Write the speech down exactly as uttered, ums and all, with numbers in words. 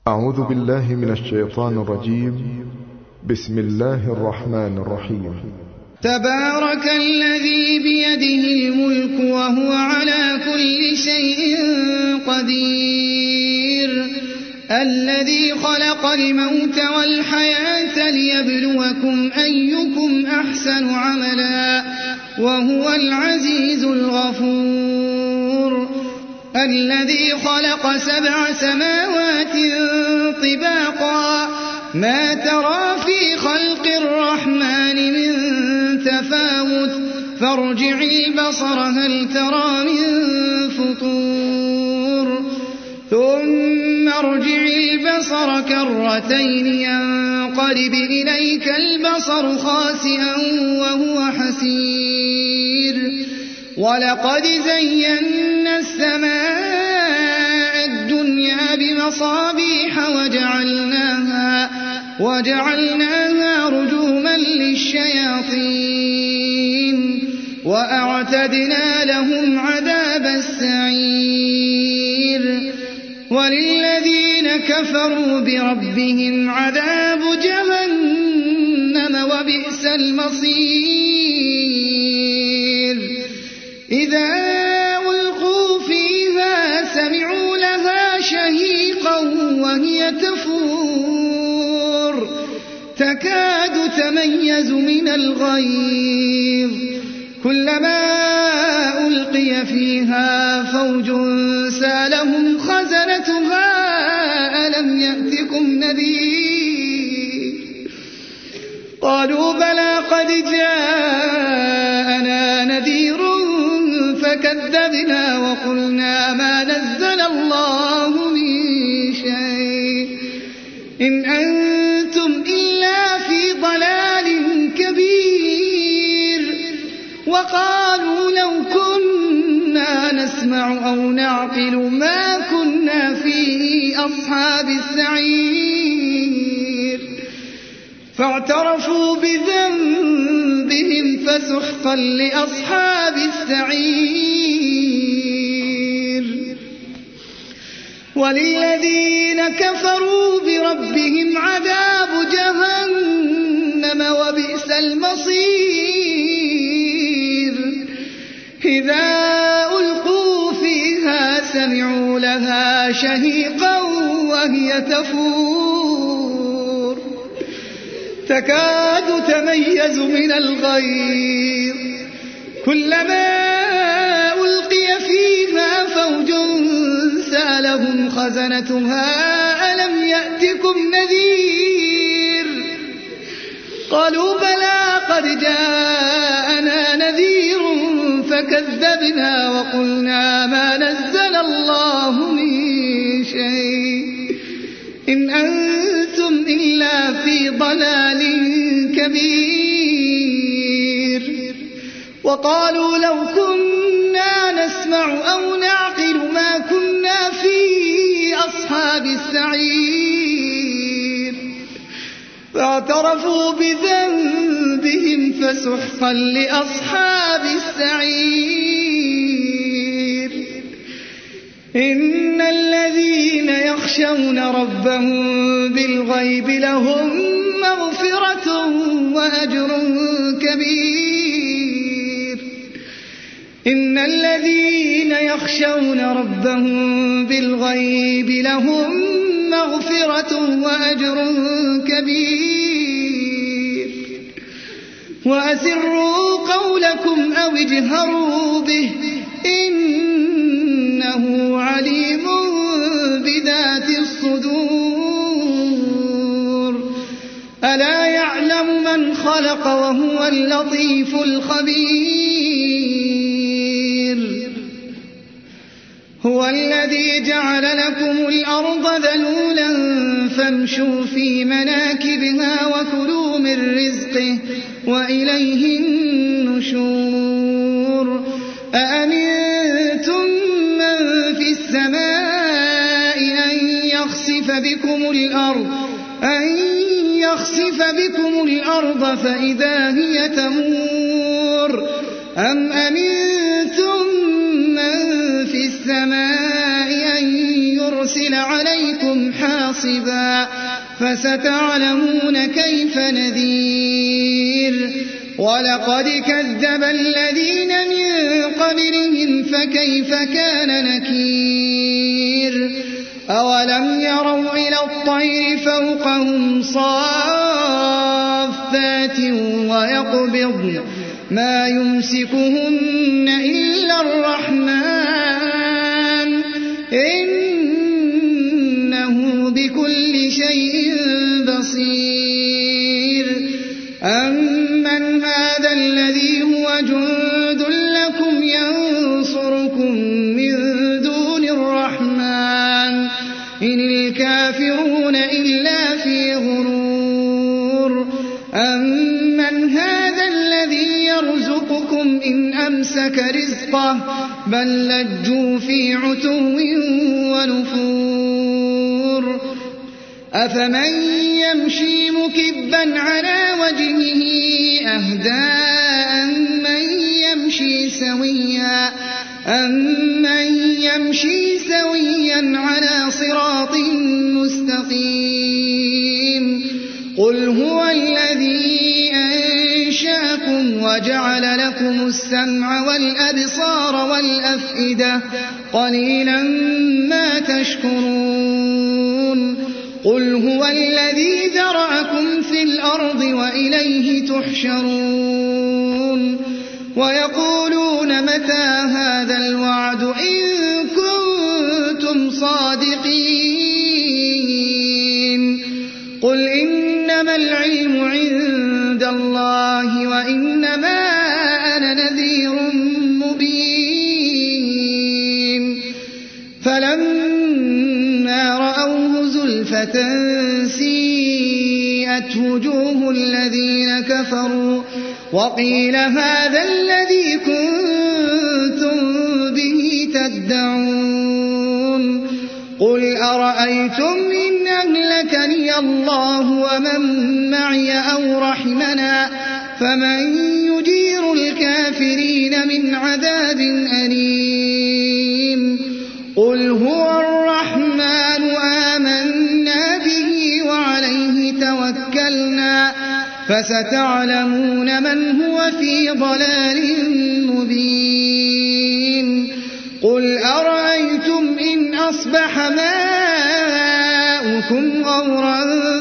أعوذ بالله من الشيطان الرجيم. بسم الله الرحمن الرحيم. تبارك الذي بيده الملك وهو على كل شيء قدير، الذي خلق الموت والحياة ليبلوكم أيكم أحسن عملا وهو العزيز الغفور، الذي خلق سبع سماوات طباقا ما ترى في خلق الرحمن من تفاوت فارجع البصر هل ترى من فطور، ثم ارجع البصر كرتين ينقلب إليك البصر خاسئا وهو حسير، ولقد زينا السماء الدنيا بمصابيح وجعلناها, وجعلناها رجوما للشياطين وأعتدنا لهم عذاب السعير، وللذين كفروا بربهم عذاب جهنم وبئس المصير، إذا ألقوا فيها سمعوا لها شهيقا وهي تفور تكاد تميز من الغيظ، كلما ألقي فيها فوج سالهم خزنتها ألم يأتكم نذير، قالوا بلى قد جاءنا نذير فكذبنا وقلنا ما نزل الله من شيء إن أنتم إلا في ضلال كبير، وقالوا لو كنا نسمع أو نعقل ما كنا في أصحاب السعير، فاعترفوا بذنبهم فسحقا لأصحاب السعير، وللذين كفروا بربهم عذاب جهنم وبئس المصير، إذا ألقوا فيها سمعوا لها شهيقا وهي تفور تكاد تميز من الغيظ، كلما ألقي فيها فوج سالهم خزنتها ألم يأتكم نذير، قالوا بلى قد جاءنا نذير فكذبنا وقلنا ما نزل الله من شيء إن أنتم إلا في ضلال كبير، وقالوا لو كنا نسمع أو نعقل ما كنا في أصحاب السعير، فاعترفوا بذنبهم فسحقا لأصحاب السعير، إن الذين يخشون ربهم بالغيب لهم مغفرة وأجر كبير، إن الذين يخشون ربهم بالغيب لهم مغفرة وأجر كبير، وأسروا قولكم أو اجهروا به إنه عليم بذات الصدور، ألا يعلم من خلق وهو اللطيف الخبير، هو الذي جعل لكم الأرض ذلولا فامشوا في مناكبها وكلوا من رزقه وإليه النشور، أأمنتم من في السماء أن يخسف بكم الأرض أن يخسف بكم الأرض فإذا هي تمور، أم أمنتم من في السماء أن يرسل يرسل عليكم حاصبا فستعلمون كيف نذير ولقد كذب الذين من قبلهم فكيف كان نكير أولم يروا إلى الطير فوقهم صافات ويقبضن ما يمسكهن إلا الرحمن إنه بكل شيء بصير أمن هذا الذي هو جند لكم ينصركم من دون الرحمن إن الكافرون إلا في غرور أمن هذا الذي يرزقكم إن أمسك رزقه بل لجوا في عتو ونفور أفمن يمشي مكبا على وجهه أهدى أمن يمشي سويا أمن يمشي سويا على صراط مستقيم قل هو الذي أنشأكم وجعل لكم السمع والأبصار والأفئدة قليلا ما تشكرون قل هو الذي ذرأكم في الأرض وإليه تحشرون ويقولون متى هذا الوعد إن كنتم صادقين قل إنما العلم عند الله وإنما أنا نذير مبين فلما رأوه زلفة سيئت وجوه الذين كفروا وقيل هذا الذي كنتم به تدعون قل أرأيتم إن أهلكني الله ومن معي أو رحمنا فمن يجير الكافرين من عذاب أليم قل هو الرحمن آمنا به وعليه توكلنا فستعلمون من هو في ضلال مبين قل أرأيتم إن أصبح ماؤكم غورا